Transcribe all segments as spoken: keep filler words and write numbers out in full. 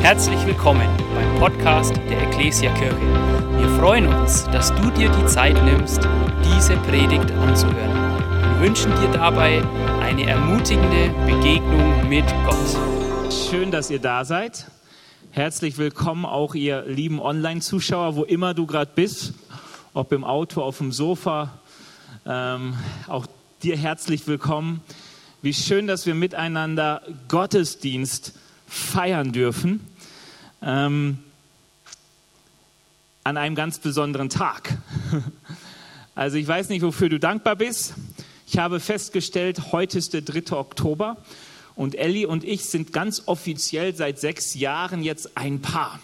Herzlich willkommen beim Podcast der Ekklesia-Kirche. Wir freuen uns, dass du dir die Zeit nimmst, diese Predigt anzuhören und wünschen dir dabei eine ermutigende Begegnung mit Gott. Schön, dass ihr da seid. Herzlich willkommen auch ihr lieben Online-Zuschauer, wo immer du gerade bist, ob im Auto, auf dem Sofa. Ähm, auch dir herzlich willkommen. Wie schön, dass wir miteinander Gottesdienst feiern dürfen. Ähm, an einem ganz besonderen Tag. Also ich weiß nicht, wofür du dankbar bist. Ich habe festgestellt, heute ist der dritte Oktober und Elli und ich sind ganz offiziell seit sechs Jahren jetzt ein Paar.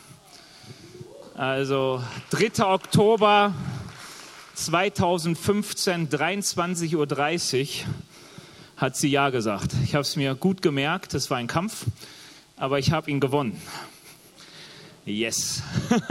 Also dritter Oktober zweitausendfünfzehn, dreiundzwanzig Uhr dreißig hat sie Ja gesagt. Ich habe es mir gut gemerkt, es war ein Kampf, aber ich habe ihn gewonnen. Yes.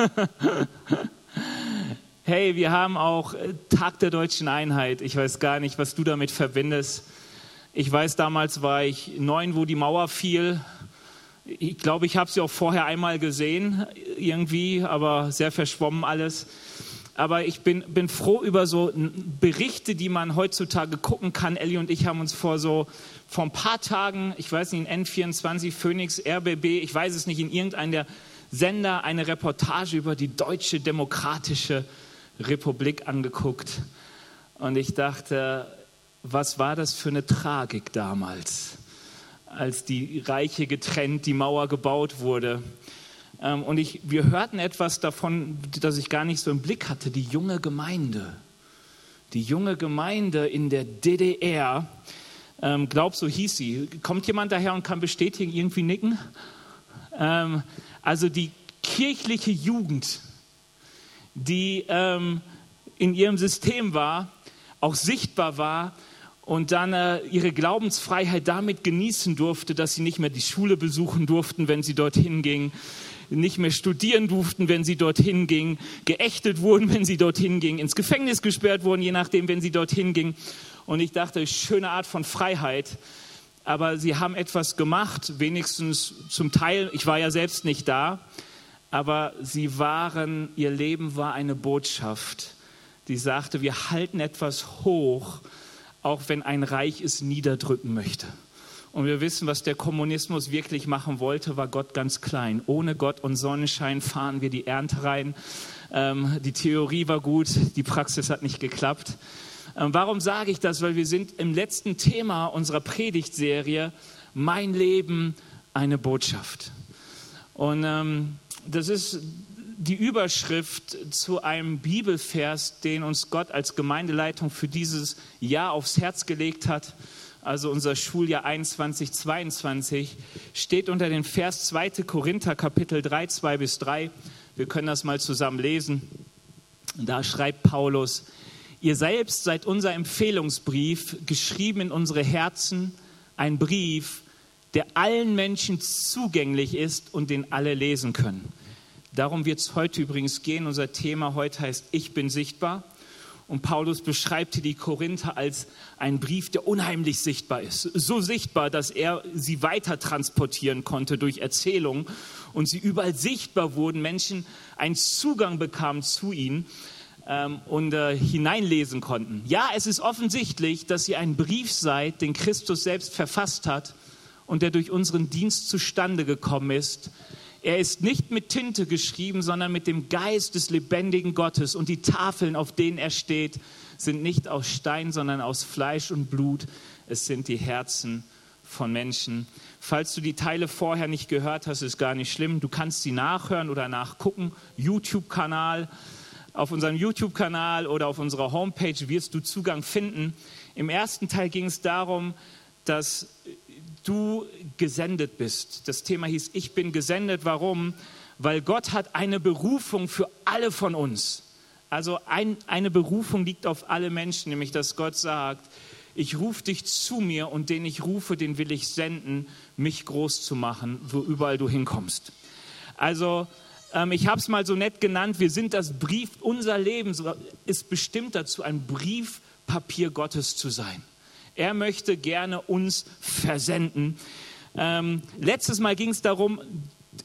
Hey, wir haben auch Tag der Deutschen Einheit. Ich weiß gar nicht, was du damit verbindest. Ich weiß, damals war ich neun, wo die Mauer fiel. Ich glaube, ich habe sie auch vorher einmal gesehen, irgendwie, aber sehr verschwommen alles. Aber ich bin, bin froh über so Berichte, die man heutzutage gucken kann. Elli und ich haben uns vor so vor ein paar Tagen, ich weiß nicht, in N vierundzwanzig, Phoenix, R B B, ich weiß es nicht, in irgendeinem der Sender eine Reportage über die Deutsche Demokratische Republik angeguckt. Und ich dachte, was war das für eine Tragik damals, als die Reiche getrennt, die Mauer gebaut wurde. Und ich, wir hörten etwas davon, das ich gar nicht so im Blick hatte, die junge Gemeinde. Die junge Gemeinde in der D D R, ähm, glaub, so hieß sie. Kommt jemand daher und kann bestätigen, irgendwie nicken? Ähm, also die kirchliche Jugend, die ähm, in ihrem System war, auch sichtbar war und dann äh, ihre Glaubensfreiheit damit genießen durfte, dass sie nicht mehr die Schule besuchen durften, wenn sie dorthin gingen, nicht mehr studieren durften, wenn sie dorthin gingen, geächtet wurden, wenn sie dorthin gingen, ins Gefängnis gesperrt wurden, je nachdem, wenn sie dorthin gingen. Und ich dachte, schöne Art von Freiheit. Aber sie haben etwas gemacht, wenigstens zum Teil, ich war ja selbst nicht da, aber sie waren, ihr Leben war eine Botschaft, die sagte, wir halten etwas hoch, auch wenn ein Reich es niederdrücken möchte. Und wir wissen, was der Kommunismus wirklich machen wollte, war Gott ganz klein. Ohne Gott und Sonnenschein fahren wir die Ernte rein. Ähm, die Theorie war gut, die Praxis hat nicht geklappt. Ähm, warum sage ich das? Weil wir sind im letzten Thema unserer Predigtserie, mein Leben, eine Botschaft. Und ähm, das ist die Überschrift zu einem Bibelvers, den uns Gott als Gemeindeleitung für dieses Jahr aufs Herz gelegt hat. Also unser Schuljahr einundzwanzig, zweiundzwanzig, steht unter dem Vers zweiter Korinther, Kapitel drei, zwei bis drei. Wir können das mal zusammen lesen. Da schreibt Paulus, ihr selbst seid unser Empfehlungsbrief, geschrieben in unsere Herzen, ein Brief, der allen Menschen zugänglich ist und den alle lesen können. Darum wird es heute übrigens gehen. Unser Thema heute heißt, ich bin sichtbar. Und Paulus beschreibt hier die Korinther als einen Brief, der unheimlich sichtbar ist. So sichtbar, dass er sie weiter transportieren konnte durch Erzählungen und sie überall sichtbar wurden, Menschen einen Zugang bekamen zu ihnen ähm, und äh, hineinlesen konnten. Ja, es ist offensichtlich, dass ihr ein Brief seid, den Christus selbst verfasst hat und der durch unseren Dienst zustande gekommen ist. Er ist nicht mit Tinte geschrieben, sondern mit dem Geist des lebendigen Gottes. Und die Tafeln, auf denen er steht, sind nicht aus Stein, sondern aus Fleisch und Blut. Es sind die Herzen von Menschen. Falls du die Teile vorher nicht gehört hast, ist gar nicht schlimm. Du kannst sie nachhören oder nachgucken. YouTube-Kanal. Auf unserem YouTube-Kanal oder auf unserer Homepage wirst du Zugang finden. Im ersten Teil ging es darum, dass du gesendet bist. Das Thema hieß, ich bin gesendet. Warum? Weil Gott hat eine Berufung für alle von uns. Also ein, eine Berufung liegt auf alle Menschen, nämlich dass Gott sagt, ich rufe dich zu mir und den ich rufe, den will ich senden, mich groß zu machen, wo überall du hinkommst. Also ähm, ich habe es mal so nett genannt, wir sind das Brief, unser Leben ist bestimmt dazu, ein Briefpapier Gottes zu sein. Er möchte gerne uns versenden. Ähm, letztes Mal ging es darum,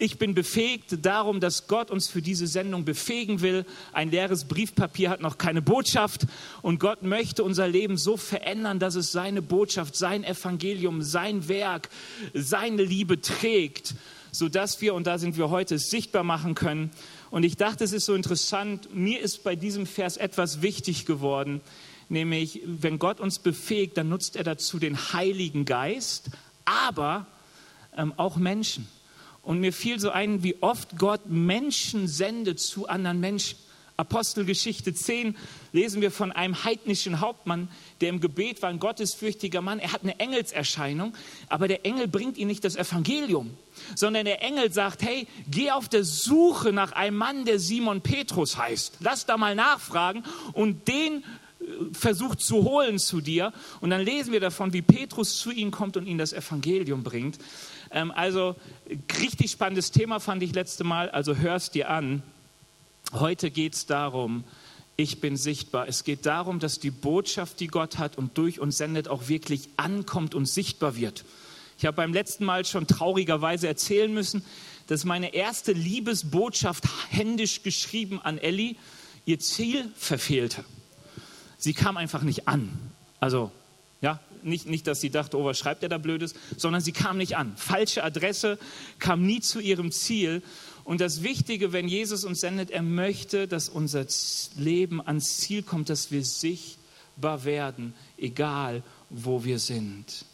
Ich bin befähigt darum, dass Gott uns für diese Sendung befähigen will. Ein leeres Briefpapier hat noch keine Botschaft und Gott möchte unser Leben so verändern, dass es seine Botschaft, sein Evangelium, sein Werk, seine Liebe trägt, sodass wir, und da sind wir heute, es sichtbar machen können. Und ich dachte, es ist so interessant, mir ist bei diesem Vers etwas wichtig geworden, nämlich, wenn Gott uns befähigt, dann nutzt er dazu den Heiligen Geist, aber ähm, auch Menschen. Und mir fiel so ein, wie oft Gott Menschen sendet zu anderen Menschen. Apostelgeschichte zehn lesen wir von einem heidnischen Hauptmann, der im Gebet war, ein gottesfürchtiger Mann. Er hat eine Engelserscheinung, aber der Engel bringt ihm nicht das Evangelium, sondern der Engel sagt, hey, geh auf der Suche nach einem Mann, der Simon Petrus heißt. Lass da mal nachfragen und den versucht zu holen zu dir. Und dann lesen wir davon, wie Petrus zu ihm kommt und ihm das Evangelium bringt. Ähm, also richtig spannendes Thema fand ich letzte Mal, also hör es dir an. Heute geht es darum, ich bin sichtbar. Es geht darum, dass die Botschaft, die Gott hat und durch uns sendet, auch wirklich ankommt und sichtbar wird. Ich habe beim letzten Mal schon traurigerweise erzählen müssen, dass meine erste Liebesbotschaft händisch geschrieben an Elli ihr Ziel verfehlte. Sie kam einfach nicht an. Also, ja, nicht, nicht, dass sie dachte, oh, was schreibt er da Blödes, sondern sie kam nicht an. Falsche Adresse, kam nie zu ihrem Ziel. Und das Wichtige, wenn Jesus uns sendet, er möchte, dass unser Leben ans Ziel kommt, dass wir sichtbar werden, egal wo wir sind.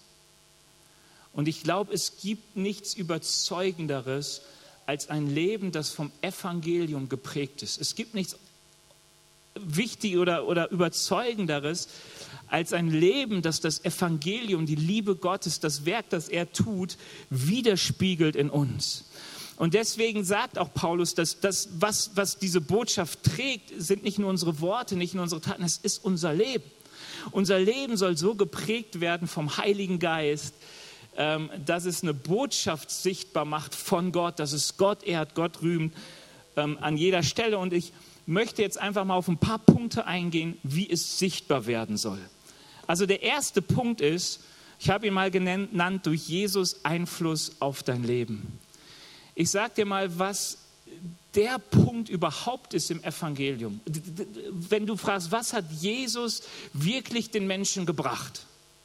Und ich glaube, es gibt nichts Überzeugenderes als ein Leben, das vom Evangelium geprägt ist. Es gibt nichts wichtig oder, oder überzeugenderes als ein Leben, das das Evangelium, die Liebe Gottes, das Werk, das er tut, widerspiegelt in uns. Und deswegen sagt auch Paulus, dass das, was, was diese Botschaft trägt, sind nicht nur unsere Worte, nicht nur unsere Taten, es ist unser Leben. Unser Leben soll so geprägt werden vom Heiligen Geist, ähm, dass es eine Botschaft sichtbar macht von Gott, dass es Gott ehrt, Gott rühmt ähm, an jeder Stelle. Und ich möchte jetzt einfach mal auf ein paar Punkte eingehen, wie es sichtbar werden soll. Also der erste Punkt ist, ich habe ihn mal genannt, durch Jesus Einfluss auf dein Leben. Ich sage dir mal, was der Punkt überhaupt ist im Evangelium. Wenn du fragst, was hat Jesus wirklich den Menschen gebracht?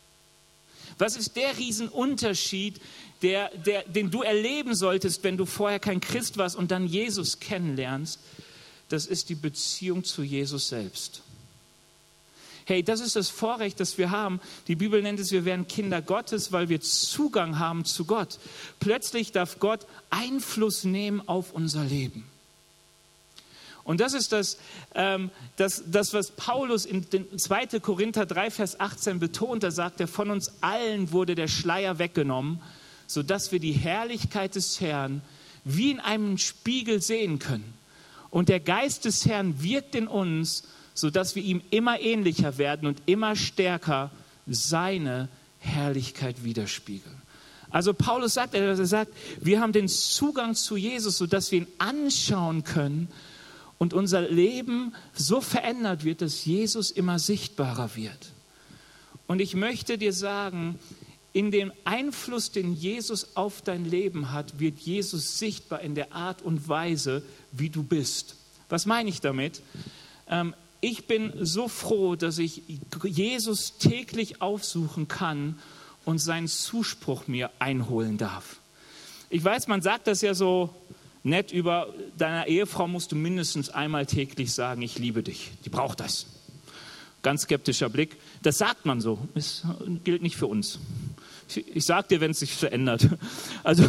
Was ist der Riesenunterschied, der, der, den du erleben solltest, wenn du vorher kein Christ warst und dann Jesus kennenlernst? Das ist die Beziehung zu Jesus selbst. Hey, das ist das Vorrecht, das wir haben. Die Bibel nennt es, wir werden Kinder Gottes, weil wir Zugang haben zu Gott. Plötzlich darf Gott Einfluss nehmen auf unser Leben. Und das ist das, ähm, das, das, was Paulus in zweiter Korinther drei, Vers achtzehn betont. Da sagt er, von uns allen wurde der Schleier weggenommen, sodass wir die Herrlichkeit des Herrn wie in einem Spiegel sehen können. Und der Geist des Herrn wirkt in uns, sodass wir ihm immer ähnlicher werden und immer stärker seine Herrlichkeit widerspiegeln. Also Paulus sagt, er sagt, wir haben den Zugang zu Jesus, sodass wir ihn anschauen können und unser Leben so verändert wird, dass Jesus immer sichtbarer wird. Und ich möchte dir sagen, in dem Einfluss, den Jesus auf dein Leben hat, wird Jesus sichtbar in der Art und Weise, wie du bist. Was meine ich damit? Ähm, ich bin so froh, dass ich Jesus täglich aufsuchen kann und seinen Zuspruch mir einholen darf. Ich weiß, man sagt das ja so nett, über deiner Ehefrau musst du mindestens einmal täglich sagen, ich liebe dich. Die braucht das. Ganz skeptischer Blick. Das sagt man so. Das gilt nicht für uns. Ich sage dir, wenn es sich verändert. Also,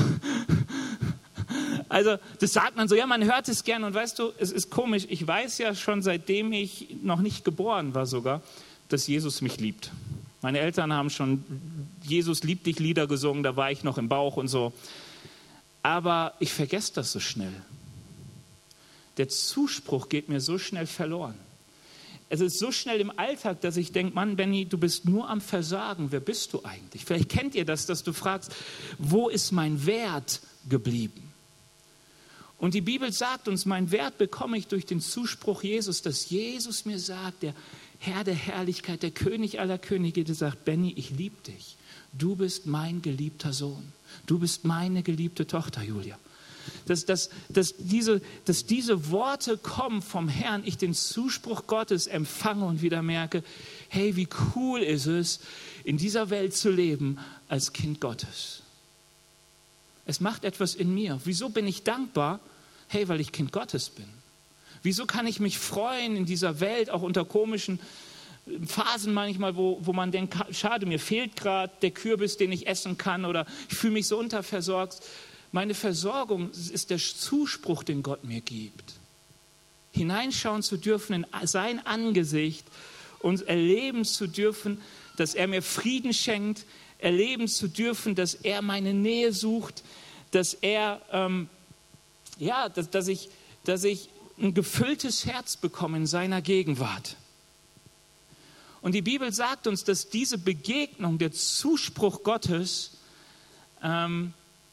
also das sagt man so, ja, man hört es gern. Und weißt du, es ist komisch. Ich weiß ja schon, seitdem ich noch nicht geboren war sogar, dass Jesus mich liebt. Meine Eltern haben schon Jesus liebt dich Lieder gesungen, da war ich noch im Bauch und so. Aber ich vergesse das so schnell. Der Zuspruch geht mir so schnell verloren. Es ist so schnell im Alltag, dass ich denke, Mann, Benni, du bist nur am Versagen. Wer bist du eigentlich? Vielleicht kennt ihr das, dass du fragst, wo ist mein Wert geblieben? Und die Bibel sagt uns, mein Wert bekomme ich durch den Zuspruch Jesus, dass Jesus mir sagt, der Herr der Herrlichkeit, der König aller Könige, der sagt, Benni, ich liebe dich. Du bist mein geliebter Sohn. Du bist meine geliebte Tochter, Julia. dass, dass, dass, diese, dass diese Worte kommen vom Herrn, ich den Zuspruch Gottes empfange und wieder merke, hey, wie cool ist es, in dieser Welt zu leben als Kind Gottes. Es macht etwas in mir. Wieso bin ich dankbar? Hey, weil ich Kind Gottes bin. Wieso kann ich mich freuen in dieser Welt, auch unter komischen Phasen manchmal, wo, wo man denkt, schade, mir fehlt gerade der Kürbis, den ich essen kann, oder ich fühle mich so unterversorgt. Meine Versorgung ist der Zuspruch, den Gott mir gibt. Hineinschauen zu dürfen in sein Angesicht und erleben zu dürfen, dass er mir Frieden schenkt, erleben zu dürfen, dass er meine Nähe sucht, dass er, ähm, ja, dass, dass ich, dass ich ein gefülltes Herz bekomme in seiner Gegenwart. Und die Bibel sagt uns, dass diese Begegnung, der Zuspruch Gottes, ähm,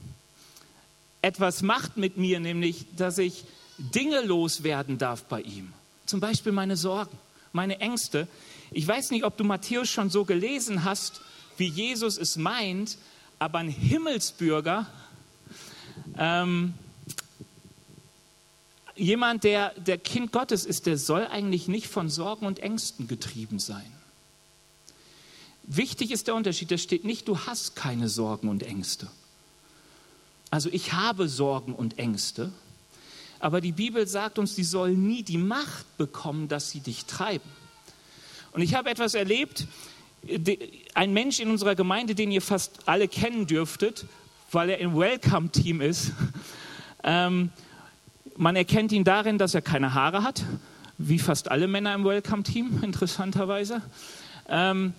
etwas macht mit mir, nämlich, dass ich Dinge loswerden darf bei ihm. Zum Beispiel meine Sorgen, meine Ängste. Ich weiß nicht, ob du Matthäus schon so gelesen hast, wie Jesus es meint, aber ein Himmelsbürger, ähm, jemand, der, der Kind Gottes ist, der soll eigentlich nicht von Sorgen und Ängsten getrieben sein. Wichtig ist der Unterschied, da steht nicht, du hast keine Sorgen und Ängste. Also ich habe Sorgen und Ängste, aber die Bibel sagt uns, die sollen nie die Macht bekommen, dass sie dich treiben. Und ich habe etwas erlebt, ein Mensch in unserer Gemeinde, den ihr fast alle kennen dürftet, weil er im Welcome-Team ist. ähm, man erkennt ihn darin, dass er keine Haare hat, wie fast alle Männer im Welcome-Team, interessanterweise. Ähm,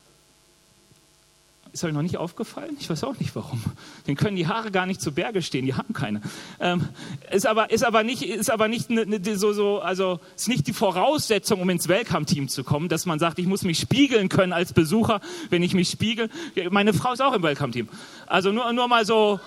Ist euch noch nicht aufgefallen? Ich weiß auch nicht, warum. Den können die Haare gar nicht zu Berge stehen, die haben keine. Ähm, ist aber, ist aber nicht, ist aber nicht ne, ne, so, so, also ist nicht die Voraussetzung, um ins Welcome-Team zu kommen, dass man sagt, ich muss mich spiegeln können als Besucher, wenn ich mich spiegel. Meine Frau ist auch im Welcome-Team. Also nur, nur mal so,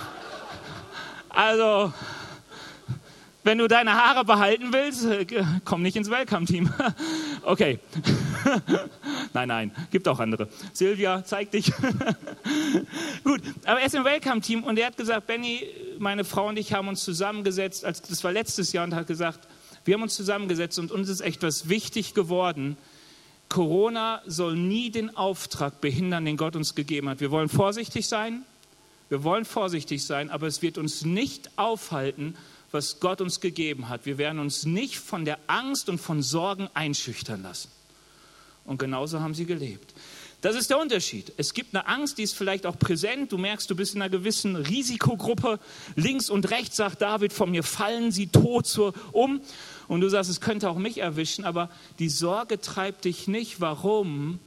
also wenn du deine Haare behalten willst, komm nicht ins Welcome-Team. Okay. Nein, nein, gibt auch andere. Silvia, zeig dich. Gut, aber er ist im Welcome-Team und er hat gesagt, Benny, meine Frau und ich haben uns zusammengesetzt, als, das war letztes Jahr, und hat gesagt, wir haben uns zusammengesetzt und uns ist echt was wichtig geworden. Corona soll nie den Auftrag behindern, den Gott uns gegeben hat. Wir wollen vorsichtig sein, wir wollen vorsichtig sein, aber es wird uns nicht aufhalten, was Gott uns gegeben hat. Wir werden uns nicht von der Angst und von Sorgen einschüchtern lassen. Und genauso haben sie gelebt. Das ist der Unterschied. Es gibt eine Angst, die ist vielleicht auch präsent. Du merkst, du bist in einer gewissen Risikogruppe. Links und rechts sagt David, von mir fallen sie tot zur, um. Und du sagst, es könnte auch mich erwischen. Aber die Sorge treibt dich nicht. Warum?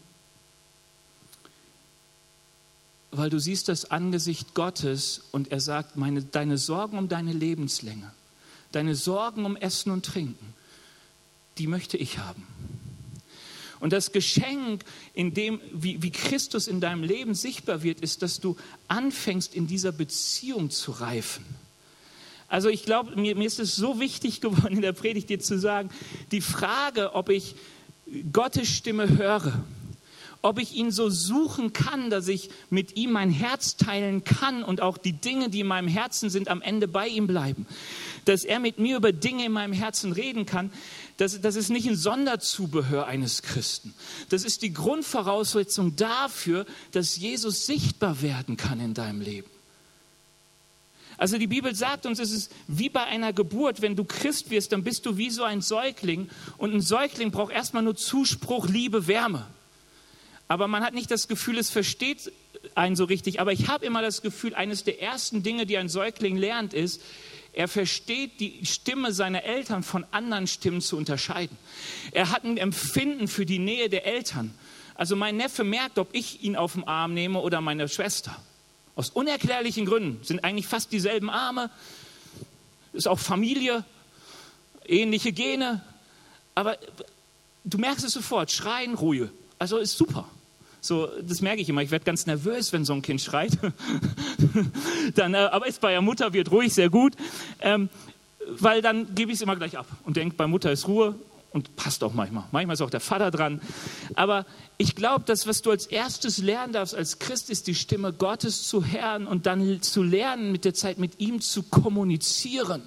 Weil du siehst das Angesicht Gottes und er sagt, meine, deine Sorgen um deine Lebenslänge, deine Sorgen um Essen und Trinken, die möchte ich haben. Und das Geschenk, in dem, wie, wie Christus in deinem Leben sichtbar wird, ist, dass du anfängst, in dieser Beziehung zu reifen. Also ich glaube, mir, mir ist es so wichtig geworden, in der Predigt dir zu sagen, die Frage, ob ich Gottes Stimme höre, ob ich ihn so suchen kann, dass ich mit ihm mein Herz teilen kann und auch die Dinge, die in meinem Herzen sind, am Ende bei ihm bleiben. Dass er mit mir über Dinge in meinem Herzen reden kann, das, das ist nicht ein Sonderzubehör eines Christen. Das ist die Grundvoraussetzung dafür, dass Jesus sichtbar werden kann in deinem Leben. Also die Bibel sagt uns, es ist wie bei einer Geburt. Wenn du Christ wirst, dann bist du wie so ein Säugling. Und ein Säugling braucht erstmal nur Zuspruch, Liebe, Wärme. Aber man hat nicht das Gefühl, es versteht einen so richtig. Aber ich habe immer das Gefühl, eines der ersten Dinge, die ein Säugling lernt, ist, er versteht die Stimme seiner Eltern von anderen Stimmen zu unterscheiden. Er hat ein Empfinden für die Nähe der Eltern. Also mein Neffe merkt, ob ich ihn auf den Arm nehme oder meine Schwester. Aus unerklärlichen Gründen sind eigentlich fast dieselben Arme. Ist auch Familie, ähnliche Gene. Aber du merkst es sofort, Schreien, Ruhe. Also ist super. So, das merke ich immer. Ich werde ganz nervös, wenn so ein Kind schreit. dann, äh, aber ist bei der Mutter, wird ruhig, sehr gut. Ähm, weil dann gebe ich es immer gleich ab und denke, bei Mutter ist Ruhe Und passt auch manchmal. Manchmal ist auch der Vater dran. Aber ich glaube, das, was du als erstes lernen darfst als Christ, ist die Stimme Gottes zu hören und dann zu lernen, mit der Zeit mit ihm zu kommunizieren.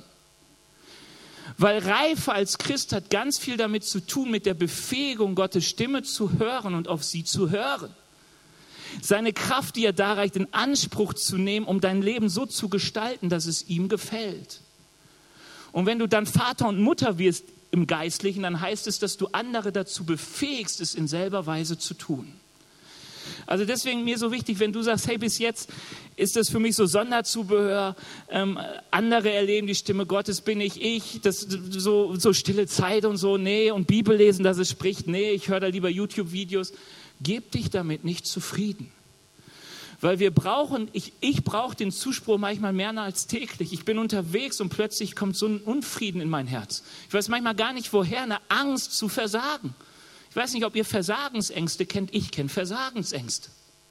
Weil Reife als Christ hat ganz viel damit zu tun, mit der Befähigung, Gottes Stimme zu hören und auf sie zu hören. Seine Kraft, die er da reicht, in Anspruch zu nehmen, um dein Leben so zu gestalten, dass es ihm gefällt. Und wenn du dann Vater und Mutter wirst im Geistlichen, dann heißt es, dass du andere dazu befähigst, es in selber Weise zu tun. Also deswegen mir so wichtig, wenn du sagst, hey, bis jetzt ist das für mich so Sonderzubehör, ähm, andere erleben die Stimme Gottes, bin ich ich, das, so, so stille Zeit und so, nee, und Bibel lesen, dass es spricht, nee, ich höre da lieber YouTube-Videos. Gib dich damit nicht zufrieden. Weil wir brauchen, ich, ich brauche den Zuspruch manchmal mehr als täglich. Ich bin unterwegs und plötzlich kommt so ein Unfrieden in mein Herz. Ich weiß manchmal gar nicht, woher, eine Angst zu versagen. Ich weiß nicht, ob ihr Versagensängste kennt. Ich kenne Versagensängste.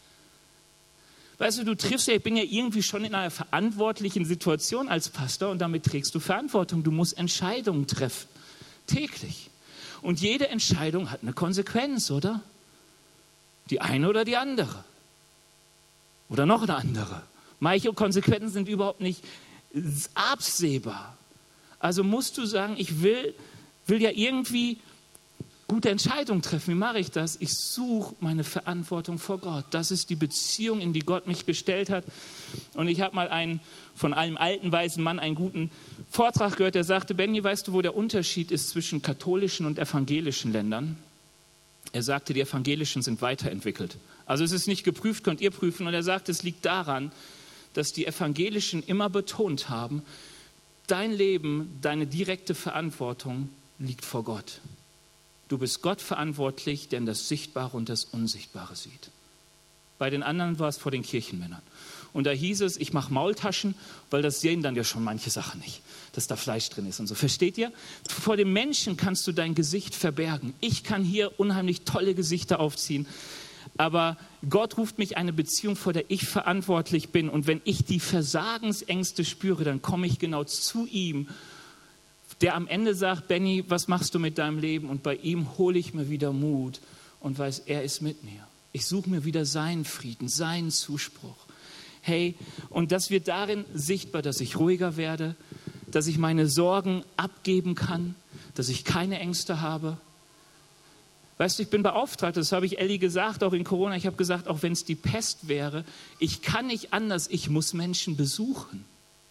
Weißt du, du triffst ja, ich bin ja irgendwie schon in einer verantwortlichen Situation als Pastor und damit trägst du Verantwortung. Du musst Entscheidungen treffen, täglich. Und jede Entscheidung hat eine Konsequenz, oder? Die eine oder die andere. Oder noch eine andere. Manche Konsequenzen sind überhaupt nicht absehbar. Also musst du sagen, ich will, will ja irgendwie gute Entscheidungen treffen. Wie mache ich das? Ich suche meine Verantwortung vor Gott. Das ist die Beziehung, in die Gott mich gestellt hat. Und ich habe mal einen, von einem alten, weisen Mann einen guten Vortrag gehört, der sagte, Benny, weißt du, wo der Unterschied ist zwischen katholischen und evangelischen Ländern? Er sagte, die Evangelischen sind weiterentwickelt. Also es ist nicht geprüft, könnt ihr prüfen. Und er sagte, es liegt daran, dass die Evangelischen immer betont haben, dein Leben, deine direkte Verantwortung liegt vor Gott. Du bist Gott verantwortlich, der das Sichtbare und das Unsichtbare sieht. Bei den anderen war es vor den Kirchenmännern. Und da hieß es, ich mache Maultaschen, weil das sehen dann ja schon manche Sachen nicht, dass da Fleisch drin ist und so. Versteht ihr? Vor dem Menschen kannst du dein Gesicht verbergen. Ich kann hier unheimlich tolle Gesichter aufziehen, aber Gott ruft mich eine Beziehung, vor der ich verantwortlich bin. Und wenn ich die Versagensängste spüre, dann komme ich genau zu ihm, der am Ende sagt, Benny, was machst du mit deinem Leben? Und bei ihm hole ich mir wieder Mut und weiß, er ist mit mir. Ich suche mir wieder seinen Frieden, seinen Zuspruch. Hey, und das wird darin sichtbar, dass ich ruhiger werde, dass ich meine Sorgen abgeben kann, dass ich keine Ängste habe. Weißt du, ich bin beauftragt, das habe ich Elli gesagt, auch in Corona, ich habe gesagt, auch wenn es die Pest wäre, ich kann nicht anders, ich muss Menschen besuchen.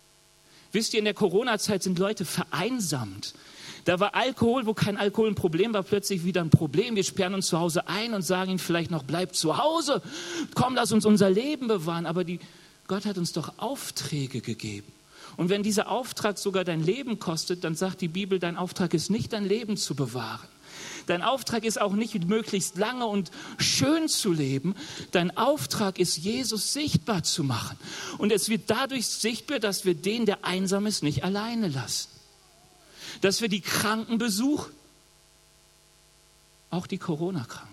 Wisst ihr, in der Corona-Zeit sind Leute vereinsamt. Da war Alkohol, wo kein Alkohol ein Problem war, plötzlich wieder ein Problem. Wir sperren uns zu Hause ein und sagen ihnen vielleicht noch, bleib zu Hause, komm, lass uns unser Leben bewahren. Aber die, Gott hat uns doch Aufträge gegeben. Und wenn dieser Auftrag sogar dein Leben kostet, dann sagt die Bibel, dein Auftrag ist nicht, dein Leben zu bewahren. Dein Auftrag ist auch nicht, möglichst lange und schön zu leben. Dein Auftrag ist, Jesus sichtbar zu machen. Und es wird dadurch sichtbar, dass wir den, der einsam ist, nicht alleine lassen. Dass wir die Kranken besuchen. Auch die Corona-Kranken.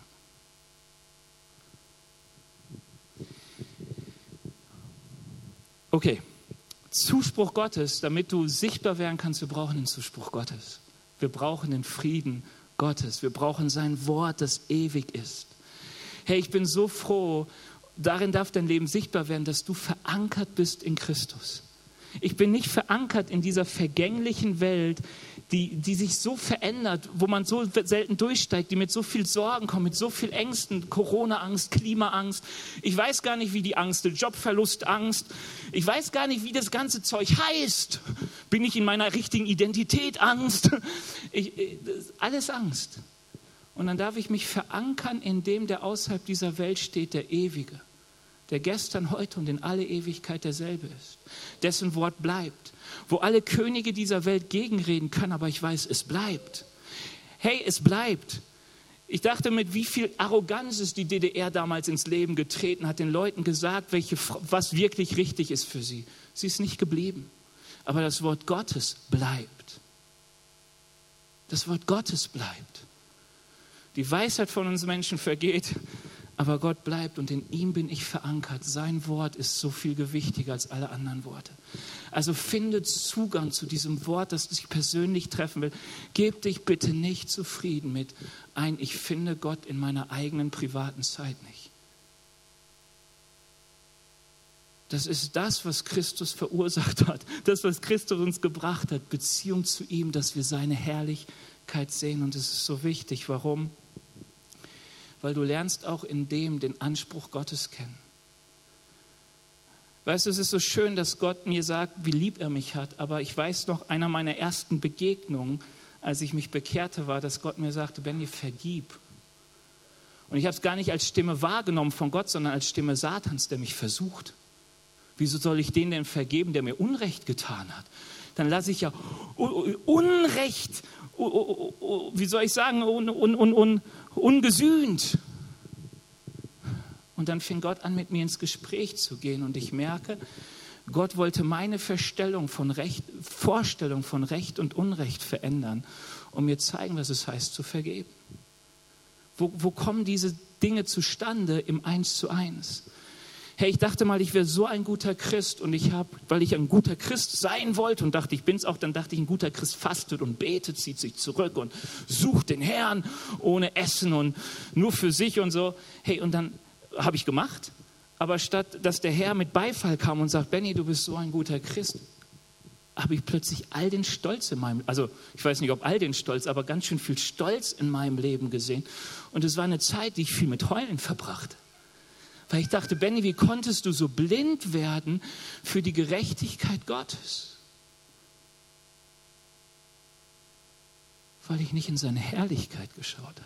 Okay, Zuspruch Gottes, damit du sichtbar werden kannst, wir brauchen den Zuspruch Gottes. Wir brauchen den Frieden Gottes. Wir brauchen sein Wort, das ewig ist. Hey, ich bin so froh, darin darf dein Leben sichtbar werden, dass du verankert bist in Christus. Ich bin nicht verankert in dieser vergänglichen Welt, die, die sich so verändert, wo man so selten durchsteigt, die mit so viel Sorgen kommt, mit so viel Ängsten, Corona-Angst, Klimaangst. Ich weiß gar nicht, wie die Angst ist, Jobverlustangst. Ich weiß gar nicht, wie das ganze Zeug heißt. Bin ich in meiner richtigen Identität Angst? Ich, alles Angst. Und dann darf ich mich verankern in dem, der außerhalb dieser Welt steht, der Ewige. Der gestern, heute und in alle Ewigkeit derselbe ist. Dessen Wort bleibt. Wo alle Könige dieser Welt gegenreden können, aber ich weiß, es bleibt. Hey, es bleibt. Ich dachte, mit wie viel Arroganz ist die D D R damals ins Leben getreten, hat den Leuten gesagt, welche, was wirklich richtig ist für sie. Sie ist nicht geblieben. Aber das Wort Gottes bleibt. Das Wort Gottes bleibt. Die Weisheit von uns Menschen vergeht, Aber Gott bleibt und in ihm bin ich verankert. Sein Wort ist so viel gewichtiger als alle anderen Worte. Also finde Zugang zu diesem Wort, das dich persönlich treffen will. Gib dich bitte nicht zufrieden mit ein, ich finde Gott in meiner eigenen privaten Zeit nicht. Das ist das, was Christus verursacht hat. Das, was Christus uns gebracht hat. Beziehung zu ihm, dass wir seine Herrlichkeit sehen. Und es ist so wichtig. Warum? Weil du lernst auch in dem den Anspruch Gottes kennen. Weißt du, es ist so schön, dass Gott mir sagt, wie lieb er mich hat. Aber ich weiß noch, einer meiner ersten Begegnungen, als ich mich bekehrte, war, dass Gott mir sagte, Benni, vergib. Und ich habe es gar nicht als Stimme wahrgenommen von Gott, sondern als Stimme Satans, der mich versucht. Wieso soll ich den denn vergeben, der mir Unrecht getan hat? Dann lasse ich ja Unrecht, wie soll ich sagen, un, un, un, un, ungesühnt. Und dann fing Gott an, mit mir ins Gespräch zu gehen. Und ich merke, Gott wollte meine Vorstellung von Recht, Vorstellung von Recht und Unrecht verändern, um mir zeigen, was es heißt, zu vergeben. Wo, wo kommen diese Dinge zustande im Eins zu Eins? Hey, ich dachte mal, ich wäre so ein guter Christ und ich habe, weil ich ein guter Christ sein wollte und dachte, ich bin es auch, dann dachte ich, ein guter Christ fastet und betet, zieht sich zurück und sucht den Herrn ohne Essen und nur für sich und so. Hey, und dann habe ich gemacht, aber statt, dass der Herr mit Beifall kam und sagt, Benni, du bist so ein guter Christ, habe ich plötzlich all den Stolz in meinem, also ich weiß nicht, ob all den Stolz, aber ganz schön viel Stolz in meinem Leben gesehen. Und es war eine Zeit, die ich viel mit Heulen verbrachte. Weil ich dachte, Benni, wie konntest du so blind werden für die Gerechtigkeit Gottes? Weil ich nicht in seine Herrlichkeit geschaut habe.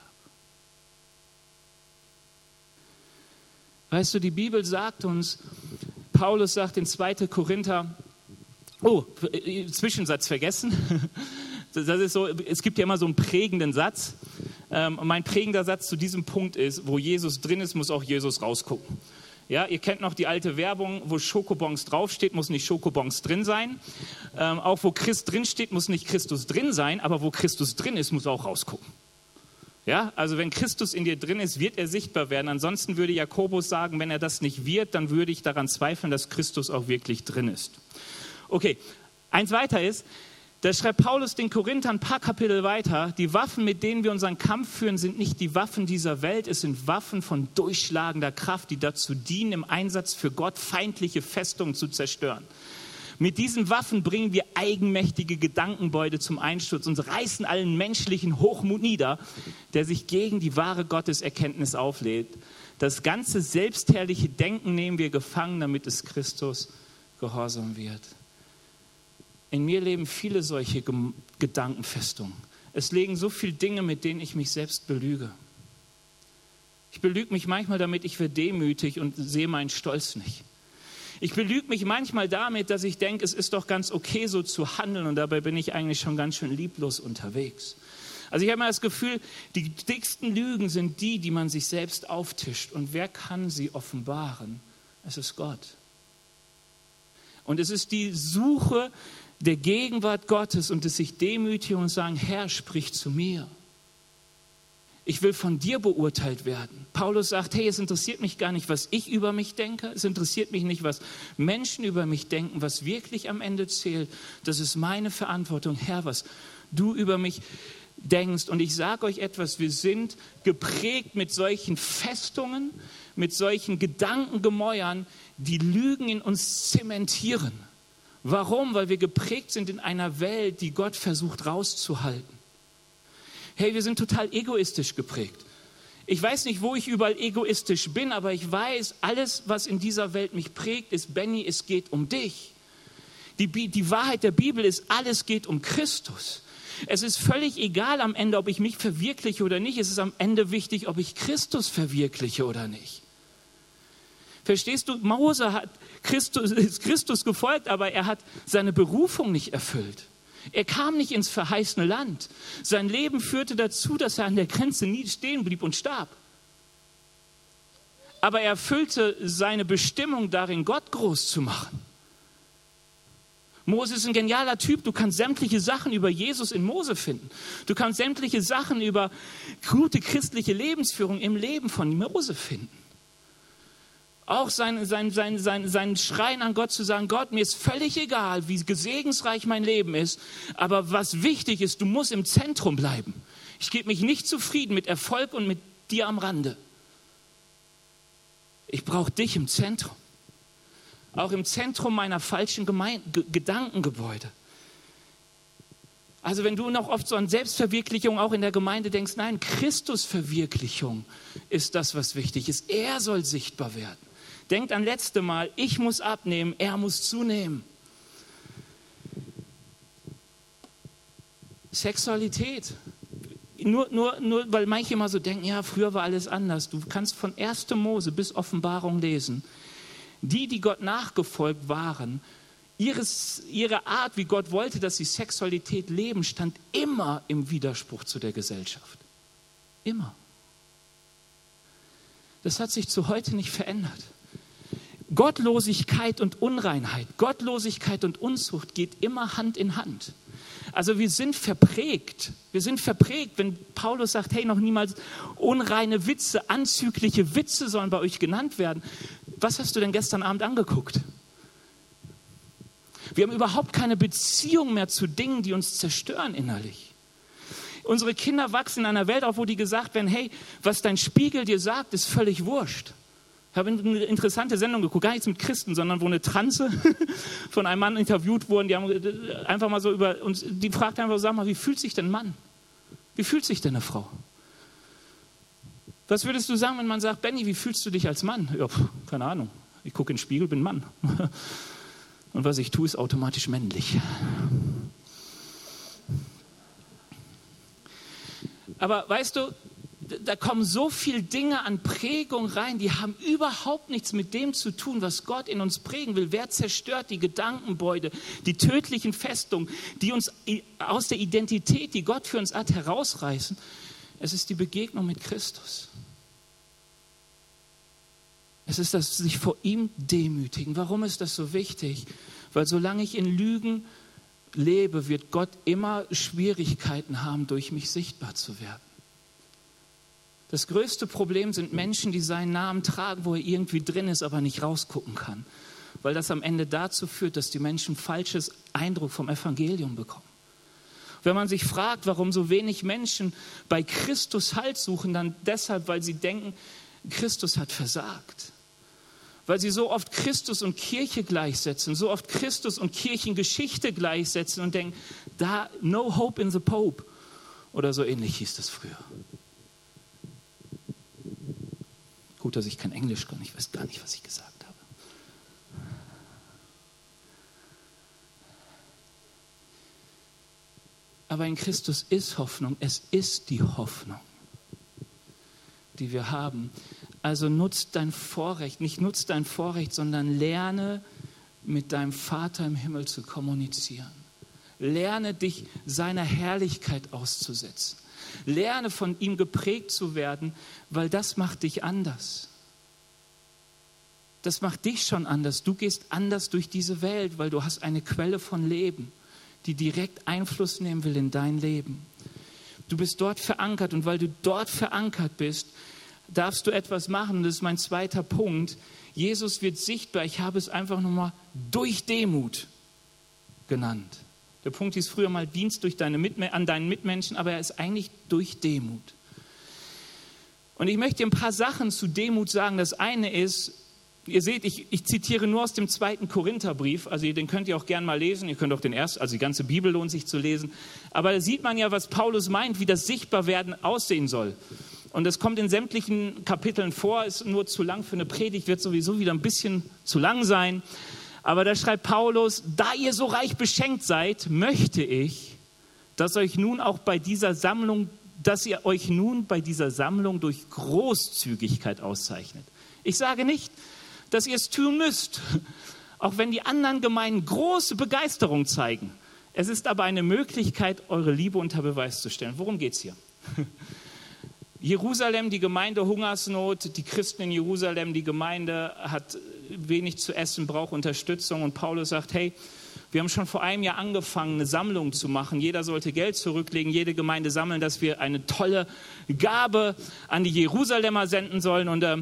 Weißt du, die Bibel sagt uns, Paulus sagt in zweiter Korinther, oh, Zwischensatz vergessen. Das ist so, es gibt ja immer so einen prägenden Satz. Ähm, mein prägender Satz zu diesem Punkt ist, wo Jesus drin ist, muss auch Jesus rausgucken. Ja, ihr kennt noch die alte Werbung, wo Schokobons draufsteht, muss nicht Schokobons drin sein. Ähm, auch wo Christ drin steht, muss nicht Christus drin sein, aber wo Christus drin ist, muss auch rausgucken. Ja, also wenn Christus in dir drin ist, wird er sichtbar werden. Ansonsten würde Jakobus sagen, wenn er das nicht wird, dann würde ich daran zweifeln, dass Christus auch wirklich drin ist. Okay, eins weiter ist, da schreibt Paulus den Korinthern ein paar Kapitel weiter, die Waffen, mit denen wir unseren Kampf führen, sind nicht die Waffen dieser Welt, es sind Waffen von durchschlagender Kraft, die dazu dienen, im Einsatz für Gott feindliche Festungen zu zerstören. Mit diesen Waffen bringen wir eigenmächtige Gedankenbeute zum Einsturz und reißen allen menschlichen Hochmut nieder, der sich gegen die wahre Gotteserkenntnis auflädt. Das ganze selbstherrliche Denken nehmen wir gefangen, damit es Christus gehorsam wird. In mir leben viele solche Gedankenfestungen. Es liegen so viele Dinge, mit denen ich mich selbst belüge. Ich belüge mich manchmal damit, ich werde demütig und sehe meinen Stolz nicht. Ich belüge mich manchmal damit, dass ich denke, es ist doch ganz okay, so zu handeln und dabei bin ich eigentlich schon ganz schön lieblos unterwegs. Also ich habe immer das Gefühl, die dicksten Lügen sind die, die man sich selbst auftischt. Und wer kann sie offenbaren? Es ist Gott. Und es ist die Suche der Gegenwart Gottes und des sich demütigen und sagen, Herr, sprich zu mir. Ich will von dir beurteilt werden. Paulus sagt, hey, es interessiert mich gar nicht, was ich über mich denke. Es interessiert mich nicht, was Menschen über mich denken. Was wirklich am Ende zählt, das ist meine Verantwortung. Herr, was du über mich denkst. Und ich sage euch etwas, wir sind geprägt mit solchen Festungen, mit solchen Gedankengemäuern, die Lügen in uns zementieren. Warum? Weil wir geprägt sind in einer Welt, die Gott versucht rauszuhalten. Hey, wir sind total egoistisch geprägt. Ich weiß nicht, wo ich überall egoistisch bin, aber ich weiß, alles, was in dieser Welt mich prägt, ist, Benni, es geht um dich. Die, die Wahrheit der Bibel ist, alles geht um Christus. Es ist völlig egal am Ende, ob ich mich verwirkliche oder nicht. Es ist am Ende wichtig, ob ich Christus verwirkliche oder nicht. Verstehst du, Mose hat Christus, ist Christus gefolgt, aber er hat seine Berufung nicht erfüllt. Er kam nicht ins verheißene Land. Sein Leben führte dazu, dass er an der Grenze nie stehen blieb und starb. Aber er erfüllte seine Bestimmung darin, Gott groß zu machen. Mose ist ein genialer Typ. Du kannst sämtliche Sachen über Jesus in Mose finden. Du kannst sämtliche Sachen über gute christliche Lebensführung im Leben von Mose finden. Auch sein, sein, sein, sein, sein Schreien an Gott zu sagen, Gott, mir ist völlig egal, wie segensreich mein Leben ist, aber was wichtig ist, du musst im Zentrum bleiben. Ich gebe mich nicht zufrieden mit Erfolg und mit dir am Rande. Ich brauche dich im Zentrum. Auch im Zentrum meiner falschen Gemein- G- Gedankengebäude. Also wenn du noch oft so an Selbstverwirklichung auch in der Gemeinde denkst, nein, Christusverwirklichung ist das, was wichtig ist. Er soll sichtbar werden. Denkt an letzte Mal, ich muss abnehmen, er muss zunehmen. Sexualität. Nur, nur, nur weil manche immer so denken, ja, früher war alles anders. Du kannst von erster Mose bis Offenbarung lesen. Die, die Gott nachgefolgt waren, ihres, ihre Art, wie Gott wollte, dass sie Sexualität leben, stand immer im Widerspruch zu der Gesellschaft. Immer. Das hat sich zu heute nicht verändert. Gottlosigkeit und Unreinheit, Gottlosigkeit und Unzucht geht immer Hand in Hand. Also wir sind verprägt, wir sind verprägt, wenn Paulus sagt, hey, noch niemals unreine Witze, anzügliche Witze sollen bei euch genannt werden. Was hast du denn gestern Abend angeguckt? Wir haben überhaupt keine Beziehung mehr zu Dingen, die uns zerstören innerlich. Unsere Kinder wachsen in einer Welt auf, wo die gesagt werden, hey, was dein Spiegel dir sagt, ist völlig wurscht. Ich habe eine interessante Sendung geguckt, gar nichts mit Christen, sondern wo eine Transe von einem Mann interviewt wurde. Die haben einfach mal so über uns, die fragt einfach, sag mal, wie fühlt sich denn ein Mann? Wie fühlt sich denn eine Frau? Was würdest du sagen, wenn man sagt, Benny, wie fühlst du dich als Mann? Ja, pf, keine Ahnung. Ich gucke in den Spiegel, bin Mann. Und was ich tue, ist automatisch männlich. Aber weißt du, da kommen so viele Dinge an Prägung rein, die haben überhaupt nichts mit dem zu tun, was Gott in uns prägen will. Wer zerstört die Gedankenbeute, die tödlichen Festungen, die uns aus der Identität, die Gott für uns hat, herausreißen? Es ist die Begegnung mit Christus. Es ist das sich vor ihm demütigen. Warum ist das so wichtig? Weil solange ich in Lügen lebe, wird Gott immer Schwierigkeiten haben, durch mich sichtbar zu werden. Das größte Problem sind Menschen, die seinen Namen tragen, wo er irgendwie drin ist, aber nicht rausgucken kann. Weil das am Ende dazu führt, dass die Menschen ein falsches Eindruck vom Evangelium bekommen. Wenn man sich fragt, warum so wenig Menschen bei Christus Halt suchen, dann deshalb, weil sie denken, Christus hat versagt. Weil sie so oft Christus und Kirche gleichsetzen, so oft Christus und Kirchengeschichte gleichsetzen und denken, da no hope in the Pope. Oder so ähnlich hieß das früher. Gut, dass ich kein Englisch kann, ich weiß gar nicht, was ich gesagt habe. Aber in Christus ist Hoffnung, es ist die Hoffnung, die wir haben. Also nutzt dein Vorrecht, nicht nutzt dein Vorrecht, sondern lerne mit deinem Vater im Himmel zu kommunizieren. Lerne dich seiner Herrlichkeit auszusetzen. Lerne von ihm geprägt zu werden, weil das macht dich anders. Das macht dich schon anders. Du gehst anders durch diese Welt, weil du hast eine Quelle von Leben, die direkt Einfluss nehmen will in dein Leben. Du bist dort verankert und weil du dort verankert bist, darfst du etwas machen. Und das ist mein zweiter Punkt. Jesus wird sichtbar. Ich habe es einfach nochmal durch Demut genannt. Der Punkt hieß früher mal Dienst durch deine Mitme- an deinen Mitmenschen, aber er ist eigentlich durch Demut. Und ich möchte dir ein paar Sachen zu Demut sagen. Das eine ist, ihr seht, ich, ich zitiere nur aus dem zweiten Korintherbrief, also den könnt ihr auch gerne mal lesen, ihr könnt auch den ersten, also die ganze Bibel lohnt sich zu lesen. Aber da sieht man ja, was Paulus meint, wie das Sichtbarwerden aussehen soll. Und das kommt in sämtlichen Kapiteln vor, ist nur zu lang für eine Predigt, wird sowieso wieder ein bisschen zu lang sein. Aber da schreibt Paulus, da ihr so reich beschenkt seid, möchte ich, dass euch nun auch bei dieser Sammlung, dass ihr euch nun bei dieser Sammlung durch Großzügigkeit auszeichnet. Ich sage nicht, dass ihr es tun müsst, auch wenn die anderen Gemeinden große Begeisterung zeigen. Es ist aber eine Möglichkeit, eure Liebe unter Beweis zu stellen. Worum geht es hier? Jerusalem, die Gemeinde Hungersnot, die Christen in Jerusalem, die Gemeinde hat wenig zu essen, braucht Unterstützung. Und Paulus sagt, hey, wir haben schon vor einem Jahr angefangen, eine Sammlung zu machen. Jeder sollte Geld zurücklegen, jede Gemeinde sammeln, dass wir eine tolle Gabe an die Jerusalemer senden sollen. Und ähm,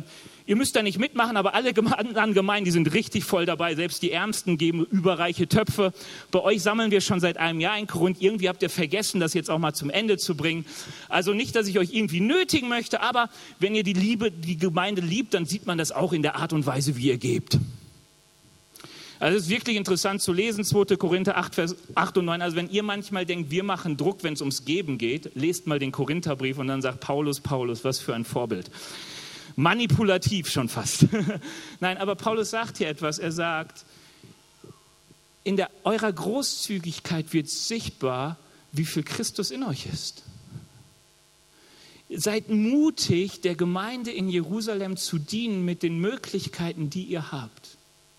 ihr müsst da nicht mitmachen, aber alle anderen Gemeinden, die sind richtig voll dabei. Selbst die Ärmsten geben überreiche Töpfe. Bei euch sammeln wir schon seit einem Jahr in Korinth. Irgendwie habt ihr vergessen, das jetzt auch mal zum Ende zu bringen. Also nicht, dass ich euch irgendwie nötigen möchte, aber wenn ihr die Liebe, die Gemeinde liebt, dann sieht man das auch in der Art und Weise, wie ihr gebt. Also es ist wirklich interessant zu lesen, zweiter Korinther acht, Vers acht und neun. Also wenn ihr manchmal denkt, wir machen Druck, wenn es ums Geben geht, lest mal den Korintherbrief und dann sagt Paulus, Paulus, was für ein Vorbild. Manipulativ schon fast. Nein, aber Paulus sagt hier etwas. Er sagt, in der, eurer Großzügigkeit wird sichtbar, wie viel Christus in euch ist. Seid mutig, der Gemeinde in Jerusalem zu dienen mit den Möglichkeiten, die ihr habt.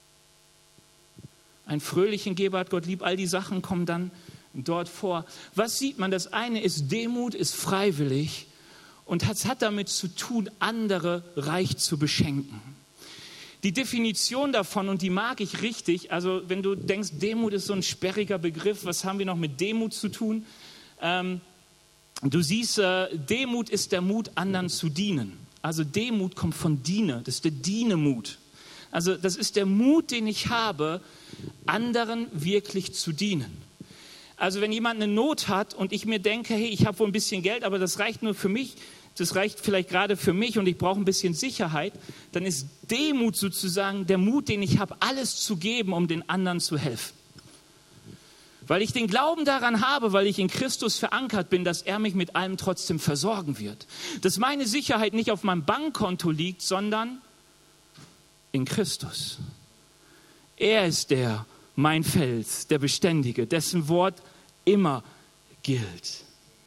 Ein fröhlichen Geber hat Gott lieb. All die Sachen kommen dann dort vor. Was sieht man? Das eine ist Demut, ist freiwillig und es hat damit zu tun, andere reich zu beschenken. Die Definition davon, und die mag ich richtig, also wenn du denkst, Demut ist so ein sperriger Begriff, was haben wir noch mit Demut zu tun? Ähm, du siehst, äh, Demut ist der Mut, anderen zu dienen. Also Demut kommt von Diene, das ist der Dienemut. Also das ist der Mut, den ich habe, anderen wirklich zu dienen. Also wenn jemand eine Not hat und ich mir denke, hey, ich habe wohl ein bisschen Geld, aber das reicht nur für mich, das reicht vielleicht gerade für mich und ich brauche ein bisschen Sicherheit, dann ist Demut sozusagen der Mut, den ich habe, alles zu geben, um den anderen zu helfen. Weil ich den Glauben daran habe, weil ich in Christus verankert bin, dass er mich mit allem trotzdem versorgen wird. Dass meine Sicherheit nicht auf meinem Bankkonto liegt, sondern in Christus. Er ist der, mein Fels, der Beständige, dessen Wort immer gilt.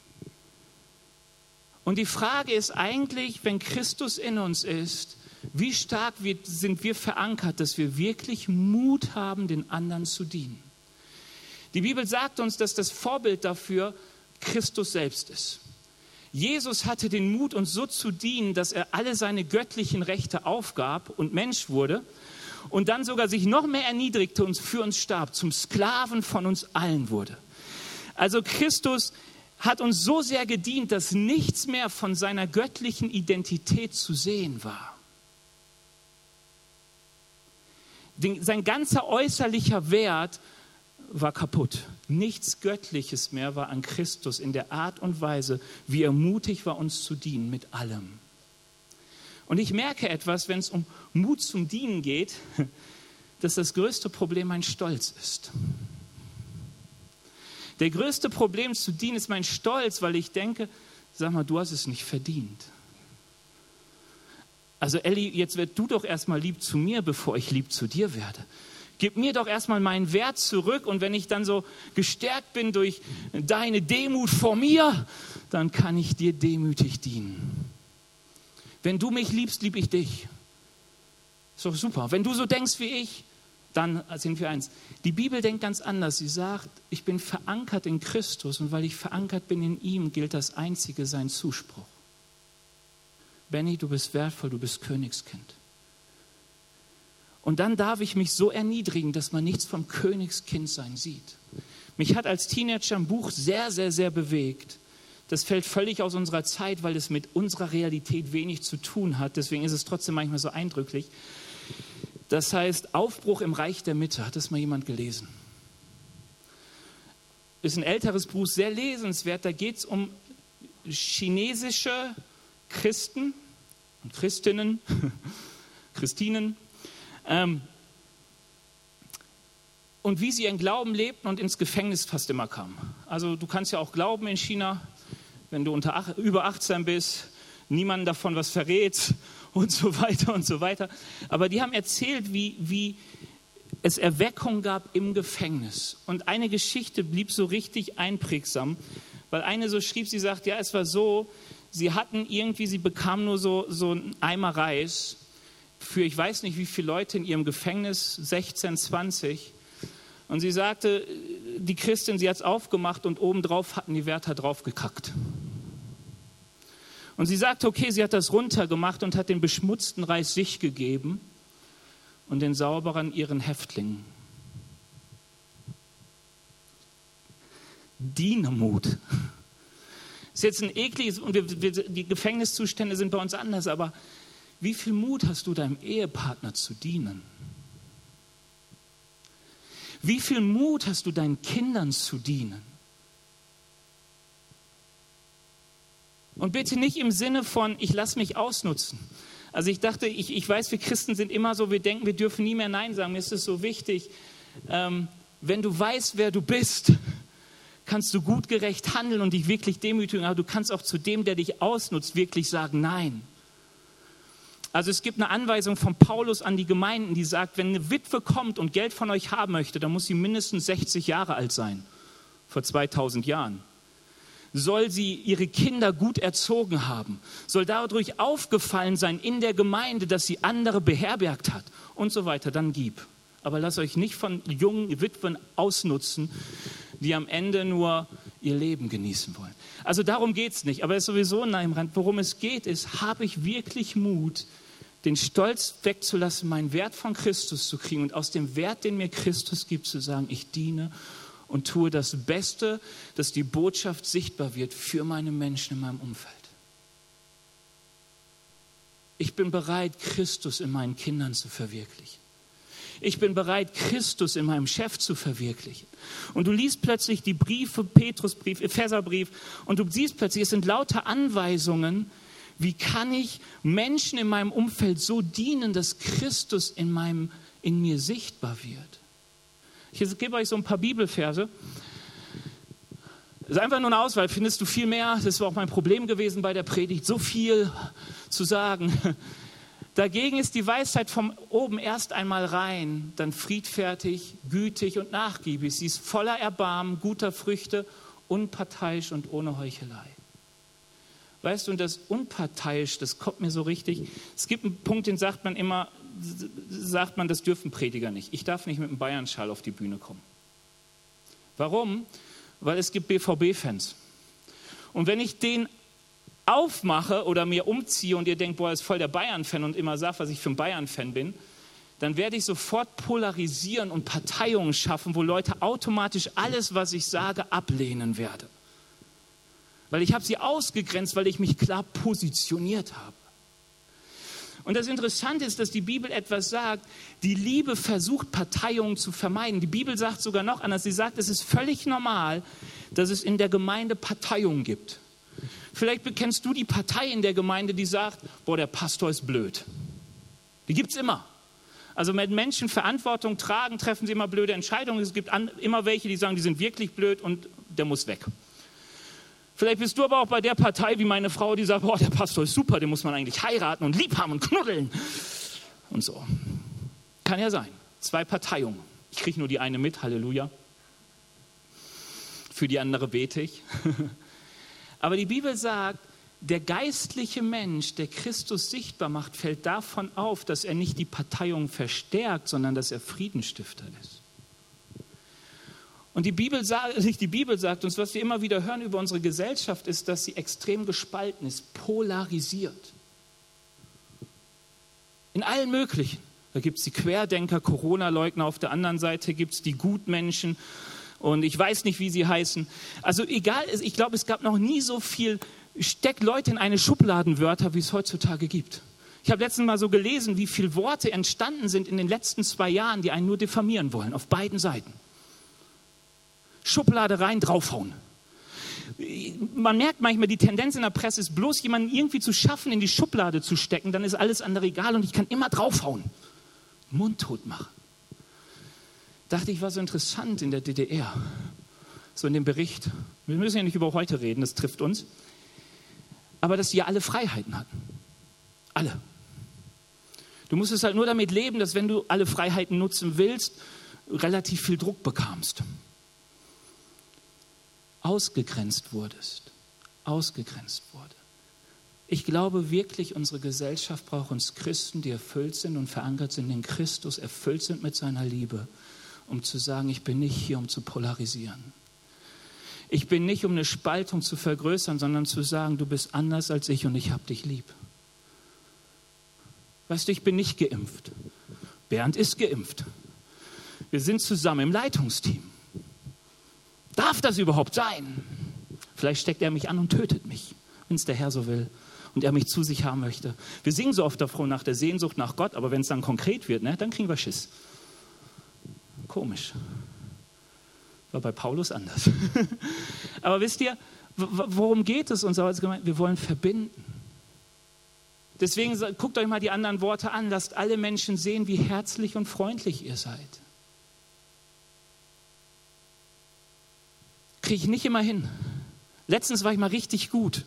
Und die Frage ist eigentlich, wenn Christus in uns ist, wie stark wir, sind wir verankert, dass wir wirklich Mut haben, den anderen zu dienen. Die Bibel sagt uns, dass das Vorbild dafür Christus selbst ist. Jesus hatte den Mut, uns so zu dienen, dass er alle seine göttlichen Rechte aufgab und Mensch wurde und dann sogar sich noch mehr erniedrigte und für uns starb, zum Sklaven von uns allen wurde. Also Christus hat uns so sehr gedient, dass nichts mehr von seiner göttlichen Identität zu sehen war. Den, sein ganzer äußerlicher Wert war kaputt. Nichts Göttliches mehr war an Christus in der Art und Weise, wie er mutig war, uns zu dienen mit allem. Und ich merke etwas, wenn es um Mut zum Dienen geht, dass das größte Problem mein Stolz ist. Der größte Problem zu dienen ist mein Stolz, weil ich denke, sag mal, du hast es nicht verdient. Also Elli, jetzt werd du doch erstmal lieb zu mir, bevor ich lieb zu dir werde. Gib mir doch erstmal meinen Wert zurück und wenn ich dann so gestärkt bin durch deine Demut vor mir, dann kann ich dir demütig dienen. Wenn du mich liebst, lieb ich dich. Ist doch super. Wenn du so denkst wie ich, dann sind wir eins. Die Bibel denkt ganz anders. Sie sagt, ich bin verankert in Christus und weil ich verankert bin in ihm, gilt das Einzige, sein Zuspruch. Benny, du bist wertvoll, du bist Königskind. Und dann darf ich mich so erniedrigen, dass man nichts vom Königskindsein sieht. Mich hat als Teenager ein Buch sehr, sehr, sehr bewegt. Das fällt völlig aus unserer Zeit, weil es mit unserer Realität wenig zu tun hat. Deswegen ist es trotzdem manchmal so eindrücklich. Das heißt, Aufbruch im Reich der Mitte. Hat das mal jemand gelesen? Ist ein älteres Buch, sehr lesenswert. Da geht es um chinesische Christen und Christinnen, Christinen, ähm, und wie sie ihren Glauben lebten und ins Gefängnis fast immer kamen. Also du kannst ja auch glauben in China, wenn du unter ach, über achtzehn bist, niemandem davon was verrätst und so weiter und so weiter. Aber die haben erzählt, wie, wie es Erweckung gab im Gefängnis. Und eine Geschichte blieb so richtig einprägsam, weil eine so schrieb, sie sagt, ja, es war so, sie hatten irgendwie, sie bekamen nur so, so einen Eimer Reis für ich weiß nicht wie viele Leute in ihrem Gefängnis, sechzehn, zwanzig. Und sie sagte, die Christin, sie hat es aufgemacht und obendrauf hatten die Wärter draufgekackt. Und sie sagte, okay, sie hat das runtergemacht und hat den beschmutzten Reis sich gegeben und den sauberen ihren Häftlingen. Dienermut. Das ist jetzt ein ekliges, und wir, wir, die Gefängniszustände sind bei uns anders, aber Wie viel Mut hast du, deinem Ehepartner zu dienen? Wie viel Mut hast du, deinen Kindern zu dienen? Und bitte nicht im Sinne von, ich lasse mich ausnutzen. Also ich dachte, ich, ich weiß, wir Christen sind immer so, wir denken, wir dürfen nie mehr Nein sagen. Mir ist es so wichtig, ähm, wenn du weißt, wer du bist, kannst du gut gerecht handeln und dich wirklich demütigen. Aber du kannst auch zu dem, der dich ausnutzt, wirklich sagen Nein. Also es gibt eine Anweisung von Paulus an die Gemeinden, die sagt, wenn eine Witwe kommt und Geld von euch haben möchte, dann muss sie mindestens sechzig Jahre alt sein, vor zweitausend Jahren. Soll sie ihre Kinder gut erzogen haben, soll dadurch aufgefallen sein in der Gemeinde, dass sie andere beherbergt hat und so weiter, dann gib. Aber lasst euch nicht von jungen Witwen ausnutzen, die am Ende nur ihr Leben genießen wollen. Also darum geht es nicht, aber es ist sowieso ein Neimrand. Worum es geht, ist, habe ich wirklich Mut, den Stolz wegzulassen, meinen Wert von Christus zu kriegen und aus dem Wert, den mir Christus gibt, zu sagen, ich diene und tue das Beste, dass die Botschaft sichtbar wird für meine Menschen in meinem Umfeld. Ich bin bereit, Christus in meinen Kindern zu verwirklichen. Ich bin bereit, Christus in meinem Chef zu verwirklichen. Und du liest plötzlich die Briefe, Petrusbrief, Epheserbrief, und du siehst plötzlich, es sind lauter Anweisungen, wie kann ich Menschen in meinem Umfeld so dienen, dass Christus in, meinem, in mir sichtbar wird. Ich gebe euch so ein paar Bibelverse. Das ist einfach nur eine Auswahl, findest du viel mehr. Das war auch mein Problem gewesen bei der Predigt, so viel zu sagen. Dagegen ist die Weisheit von oben erst einmal rein, dann friedfertig, gütig und nachgiebig. Sie ist voller Erbarmen, guter Früchte, unparteiisch und ohne Heuchelei. Weißt du, und das unparteiisch, das kommt mir so richtig. Es gibt einen Punkt, den sagt man immer, sagt man, das dürfen Prediger nicht. Ich darf nicht mit einem Bayern-Schal auf die Bühne kommen. Warum? Weil es gibt B V B-Fans. Und wenn ich den aufmache oder mir umziehe und ihr denkt, boah, er ist voll der Bayern-Fan und immer sagt, was ich für ein Bayern-Fan bin, dann werde ich sofort polarisieren und Parteiungen schaffen, wo Leute automatisch alles, was ich sage, ablehnen werden. Weil ich habe sie ausgegrenzt, weil ich mich klar positioniert habe. Und das Interessante ist, dass die Bibel etwas sagt, die Liebe versucht, Parteiungen zu vermeiden. Die Bibel sagt sogar noch anders, sie sagt, es ist völlig normal, dass es in der Gemeinde Parteiungen gibt. Vielleicht bekennst du die Partei in der Gemeinde, die sagt, boah, der Pastor ist blöd. Die gibt es immer. Also wenn Menschen Verantwortung tragen, treffen sie immer blöde Entscheidungen. Es gibt an, immer welche, die sagen, die sind wirklich blöd und der muss weg. Vielleicht bist du aber auch bei der Partei wie meine Frau, die sagt, boah, der Pastor ist super, den muss man eigentlich heiraten und lieb haben und knuddeln. Und so. Kann ja sein. Zwei Parteiungen. Ich kriege nur die eine mit, Halleluja. Für die andere bete ich. Aber die Bibel sagt, der geistliche Mensch, der Christus sichtbar macht, fällt davon auf, dass er nicht die Parteiung verstärkt, sondern dass er Friedensstifter ist. Und die Bibel sagt, nicht die Bibel sagt uns, was wir immer wieder hören über unsere Gesellschaft, ist, dass sie extrem gespalten ist, polarisiert. In allen möglichen. Da gibt es die Querdenker, Corona-Leugner, auf der anderen Seite gibt es die Gutmenschen und ich weiß nicht, wie sie heißen. Also egal, ich glaube, es gab noch nie so viel, steckt Leute in eine Schubladenwörter, wie es heutzutage gibt. Ich habe letztens mal so gelesen, wie viele Worte entstanden sind in den letzten zwei Jahren, die einen nur diffamieren wollen, auf beiden Seiten. Schublade rein, draufhauen. Man merkt manchmal, die Tendenz in der Presse ist bloß, jemanden irgendwie zu schaffen, in die Schublade zu stecken, dann ist alles andere egal und ich kann immer draufhauen. Mundtot machen. Dachte ich, war so interessant in der D D R. So in dem Bericht. Wir müssen ja nicht über heute reden, das trifft uns. Aber dass sie ja alle Freiheiten hatten. Alle. Du musstest halt nur damit leben, dass wenn du alle Freiheiten nutzen willst, relativ viel Druck bekamst. Ausgegrenzt wurdest, ausgegrenzt wurde. Ich glaube wirklich, unsere Gesellschaft braucht uns Christen, die erfüllt sind und verankert sind in Christus, erfüllt sind mit seiner Liebe, um zu sagen, ich bin nicht hier, um zu polarisieren. Ich bin nicht, um eine Spaltung zu vergrößern, sondern zu sagen, du bist anders als ich und ich habe dich lieb. Weißt du, ich bin nicht geimpft. Bernd ist geimpft. Wir sind zusammen im Leitungsteam. Darf das überhaupt sein? Vielleicht steckt er mich an und tötet mich, wenn es der Herr so will. und er mich zu sich haben möchte. Wir singen so oft davon nach der Sehnsucht nach Gott, aber wenn es dann konkret wird, ne, dann kriegen wir Schiss. Komisch. War bei Paulus anders. Aber wisst ihr, worum geht es uns als Gemeinde? Wir wollen verbinden. Deswegen guckt euch mal die anderen Worte an. Lasst alle Menschen sehen, wie herzlich und freundlich ihr seid. Kriege ich nicht immer hin. Letztens war ich mal richtig gut.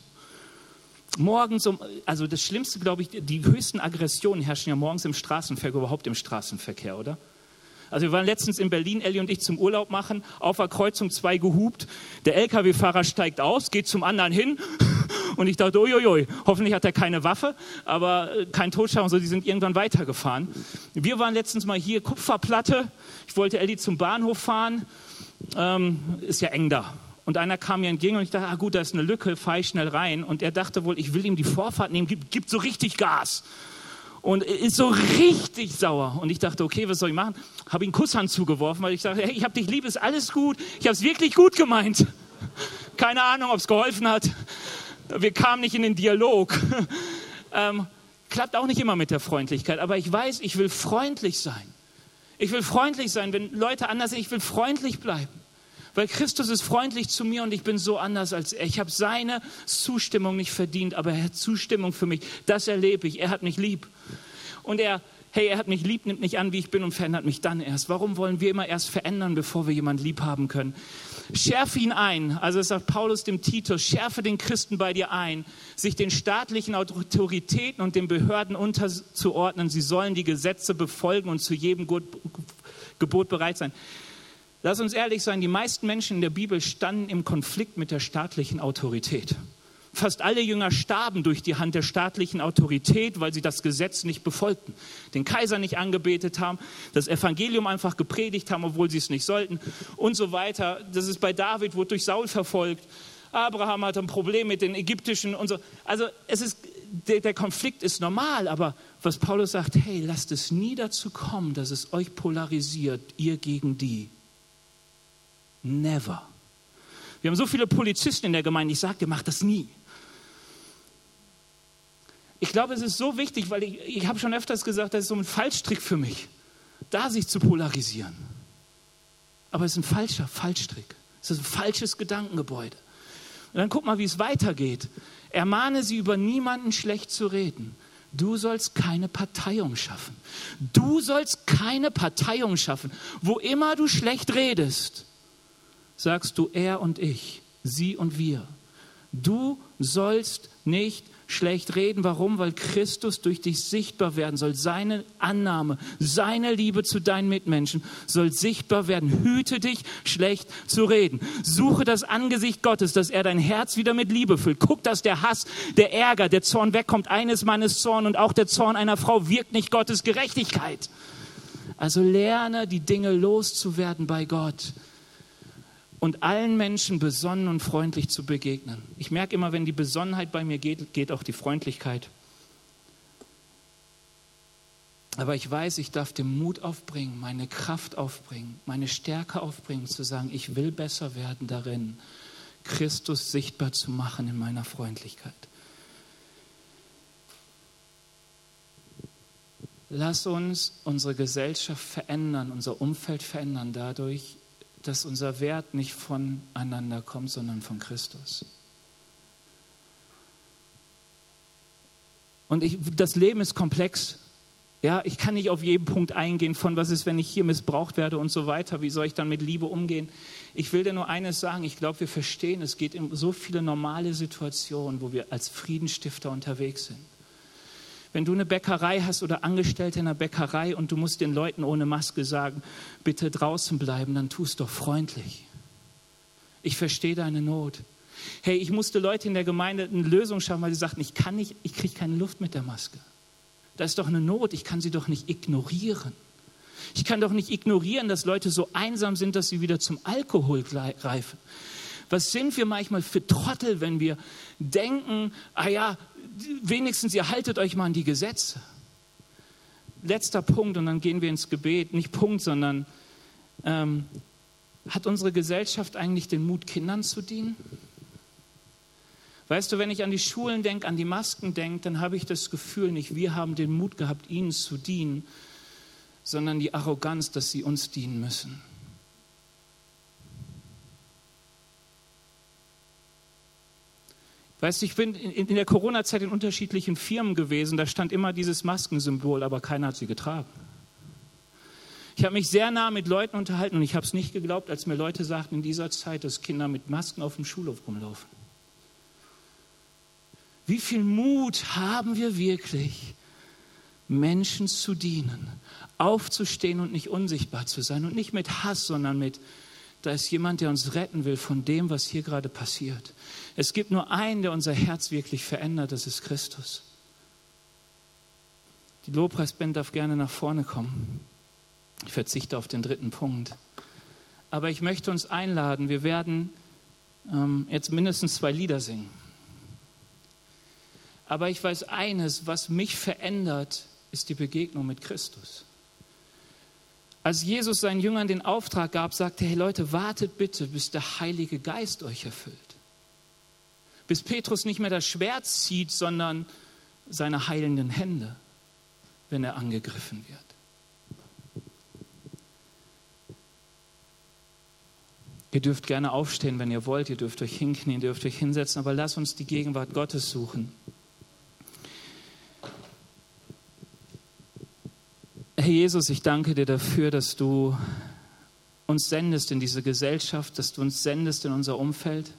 Morgens um, also das Schlimmste, glaube ich, die höchsten Aggressionen herrschen ja morgens im Straßenverkehr, überhaupt im Straßenverkehr, oder? Also wir waren letztens in Berlin, Elli und ich, zum Urlaub machen, auf der Kreuzung zwei gehupt. Der L K W-Fahrer steigt aus, geht zum anderen hin und ich dachte, uiuiui, hoffentlich hat er keine Waffe, aber kein Totschlag und so, die sind irgendwann weitergefahren. Wir waren letztens mal hier, Kupferplatte, ich wollte Elli zum Bahnhof fahren, ähm, ist ja eng da. Und einer kam mir entgegen und ich dachte, ah gut, da ist eine Lücke, fahre ich schnell rein. Und er dachte wohl, ich will ihm die Vorfahrt nehmen, gibt, gibt so richtig Gas. Und ist so richtig sauer. Und ich dachte, okay, was soll ich machen? Habe ihm einen Kusshand zugeworfen, weil ich dachte, hey, ich habe dich lieb, ist alles gut. Ich habe es wirklich gut gemeint. Keine Ahnung, ob es geholfen hat. Wir kamen nicht in den Dialog. Ähm, klappt auch nicht immer mit der Freundlichkeit. Aber ich weiß, ich will freundlich sein. Ich will freundlich sein, wenn Leute anders sind. Ich will freundlich bleiben. Weil Christus ist freundlich zu mir und ich bin so anders als er. Ich habe seine Zustimmung nicht verdient, aber er hat Zustimmung für mich. Das erlebe ich. Er hat mich lieb. Und er, hey, er hat mich lieb, nimmt mich an, wie ich bin und verändert mich dann erst. Warum wollen wir immer erst verändern, bevor wir jemanden lieb haben können? Schärfe ihn ein. Also es sagt Paulus dem Titus, schärfe den Christen bei dir ein, sich den staatlichen Autoritäten und den Behörden unterzuordnen. Sie sollen die Gesetze befolgen und zu jedem Gebot bereit sein. Lass uns ehrlich sein, die meisten Menschen in der Bibel standen im Konflikt mit der staatlichen Autorität. Fast alle Jünger starben durch die Hand der staatlichen Autorität, weil sie das Gesetz nicht befolgten, den Kaiser nicht angebetet haben, das Evangelium einfach gepredigt haben, obwohl sie es nicht sollten und so weiter. Das ist bei David, wurde durch Saul verfolgt. Abraham hat ein Problem mit den Ägyptischen und so. Also es ist, der, der Konflikt ist normal, aber was Paulus sagt, hey, lasst es nie dazu kommen, dass es euch polarisiert, ihr gegen die. Never. Wir haben so viele Polizisten in der Gemeinde, ich sage dir, mach das nie. Ich glaube, es ist so wichtig, weil ich, ich habe schon öfters gesagt, das ist so ein Fallstrick für mich, da sich zu polarisieren. Aber es ist ein falscher Fallstrick. Es ist ein falsches Gedankengebäude. Und dann guck mal, wie es weitergeht. Ermahne sie, über niemanden schlecht zu reden. Du sollst keine Parteiung schaffen. Du sollst keine Parteiung schaffen. Wo immer du schlecht redest, sagst du er und ich, sie und wir. Du sollst nicht schlecht reden. Warum? Weil Christus durch dich sichtbar werden soll. Seine Annahme, seine Liebe zu deinen Mitmenschen soll sichtbar werden. Hüte dich, schlecht zu reden. Suche das Angesicht Gottes, dass er dein Herz wieder mit Liebe füllt. Guck, dass der Hass, der Ärger, der Zorn wegkommt. Eines Mannes Zorn und auch der Zorn einer Frau wirkt nicht Gottes Gerechtigkeit. Also lerne, die Dinge loszuwerden bei Gott. Und allen Menschen besonnen und freundlich zu begegnen. Ich merke immer, wenn die Besonnenheit bei mir geht, geht auch die Freundlichkeit. Aber ich weiß, ich darf den Mut aufbringen, meine Kraft aufbringen, meine Stärke aufbringen, zu sagen, ich will besser werden darin, Christus sichtbar zu machen in meiner Freundlichkeit. Lass uns unsere Gesellschaft verändern, unser Umfeld verändern dadurch, dass unser Wert nicht voneinander kommt, sondern von Christus. Und ich, das Leben ist komplex. Ja, ich kann nicht auf jeden Punkt eingehen, von was ist, wenn ich hier missbraucht werde und so weiter. Wie soll ich dann mit Liebe umgehen? Ich will dir nur eines sagen. Ich glaube, wir verstehen, es geht um so viele normale Situationen, wo wir als Friedensstifter unterwegs sind. Wenn du eine Bäckerei hast oder Angestellte in einer Bäckerei und du musst den Leuten ohne Maske sagen, bitte draußen bleiben, dann tu es doch freundlich. Ich verstehe deine Not. Hey, ich musste Leute in der Gemeinde eine Lösung schaffen, weil sie sagten, ich kann nicht, ich kriege keine Luft mit der Maske. Da ist doch eine Not, ich kann sie doch nicht ignorieren. Ich kann doch nicht ignorieren, dass Leute so einsam sind, dass sie wieder zum Alkohol greifen. Was sind wir manchmal für Trottel, wenn wir denken, ah ja, wenigstens ihr haltet euch mal an die Gesetze. Letzter Punkt und dann gehen wir ins Gebet. Nicht Punkt, sondern ähm, hat unsere Gesellschaft eigentlich den Mut, Kindern zu dienen? Weißt du, wenn ich an die Schulen denke, an die Masken denke, dann habe ich das Gefühl, nicht wir haben den Mut gehabt, ihnen zu dienen, sondern die Arroganz, dass sie uns dienen müssen. Weißt du, ich bin in der Corona-Zeit in unterschiedlichen Firmen gewesen, da stand immer dieses Maskensymbol, aber keiner hat sie getragen. Ich habe mich sehr nah mit Leuten unterhalten und ich habe es nicht geglaubt, als mir Leute sagten in dieser Zeit, dass Kinder mit Masken auf dem Schulhof rumlaufen. Wie viel Mut haben wir wirklich, Menschen zu dienen, aufzustehen und nicht unsichtbar zu sein und nicht mit Hass, sondern mit, da ist jemand, der uns retten will von dem, was hier gerade passiert. Es gibt nur einen, der unser Herz wirklich verändert, das ist Christus. Die Lobpreisband darf gerne nach vorne kommen. Ich verzichte auf den dritten Punkt. Aber ich möchte uns einladen, wir werden ähm, jetzt mindestens zwei Lieder singen. Aber ich weiß eines, was mich verändert, ist die Begegnung mit Christus. Als Jesus seinen Jüngern den Auftrag gab, sagte er, hey Leute, wartet bitte, bis der Heilige Geist euch erfüllt. Bis Petrus nicht mehr das Schwert zieht, sondern seine heilenden Hände, wenn er angegriffen wird. Ihr dürft gerne aufstehen, wenn ihr wollt, ihr dürft euch hinknien, ihr dürft euch hinsetzen, aber lasst uns die Gegenwart Gottes suchen. Herr Jesus, ich danke dir dafür, dass du uns sendest in diese Gesellschaft, dass du uns sendest in unser Umfeld.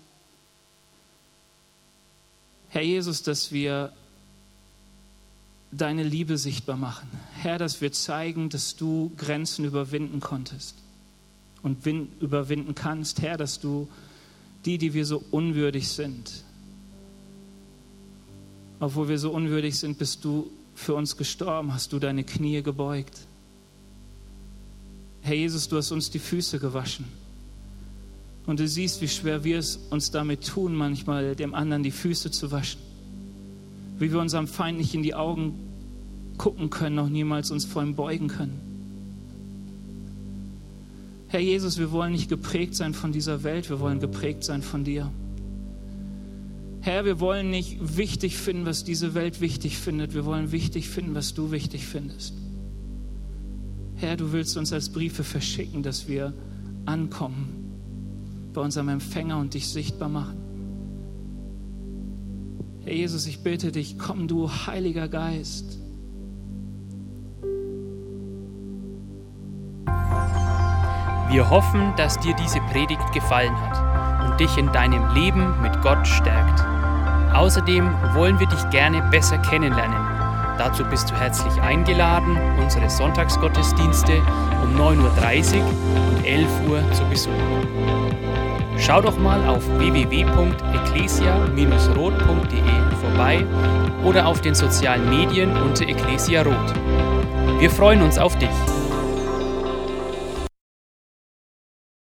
Herr Jesus, dass wir deine Liebe sichtbar machen. Herr, dass wir zeigen, dass du Grenzen überwinden konntest und win- überwinden kannst. Herr, dass du die, die wir so unwürdig sind, obwohl wir so unwürdig sind, bist du für uns gestorben, hast du deine Knie gebeugt. Herr Jesus, du hast uns die Füße gewaschen. Und du siehst, wie schwer wir es uns damit tun, manchmal dem anderen die Füße zu waschen. Wie wir unserem Feind nicht in die Augen gucken können, noch niemals uns vor ihm beugen können. Herr Jesus, wir wollen nicht geprägt sein von dieser Welt, wir wollen geprägt sein von dir. Herr, wir wollen nicht wichtig finden, was diese Welt wichtig findet. Wir wollen wichtig finden, was du wichtig findest. Herr, du willst uns als Briefe verschicken, dass wir ankommen bei unserem Empfänger und dich sichtbar machen. Herr Jesus, ich bitte dich, komm du, Heiliger Geist. Wir hoffen, dass dir diese Predigt gefallen hat und dich in deinem Leben mit Gott stärkt. Außerdem wollen wir dich gerne besser kennenlernen. Dazu bist du herzlich eingeladen, unsere Sonntagsgottesdienste um neun Uhr dreißig und elf Uhr zu besuchen. Schau doch mal auf w w w punkt ecclesia Bindestrich rot punkt d e vorbei oder auf den sozialen Medien unter Ecclesia Rot. Wir freuen uns auf dich.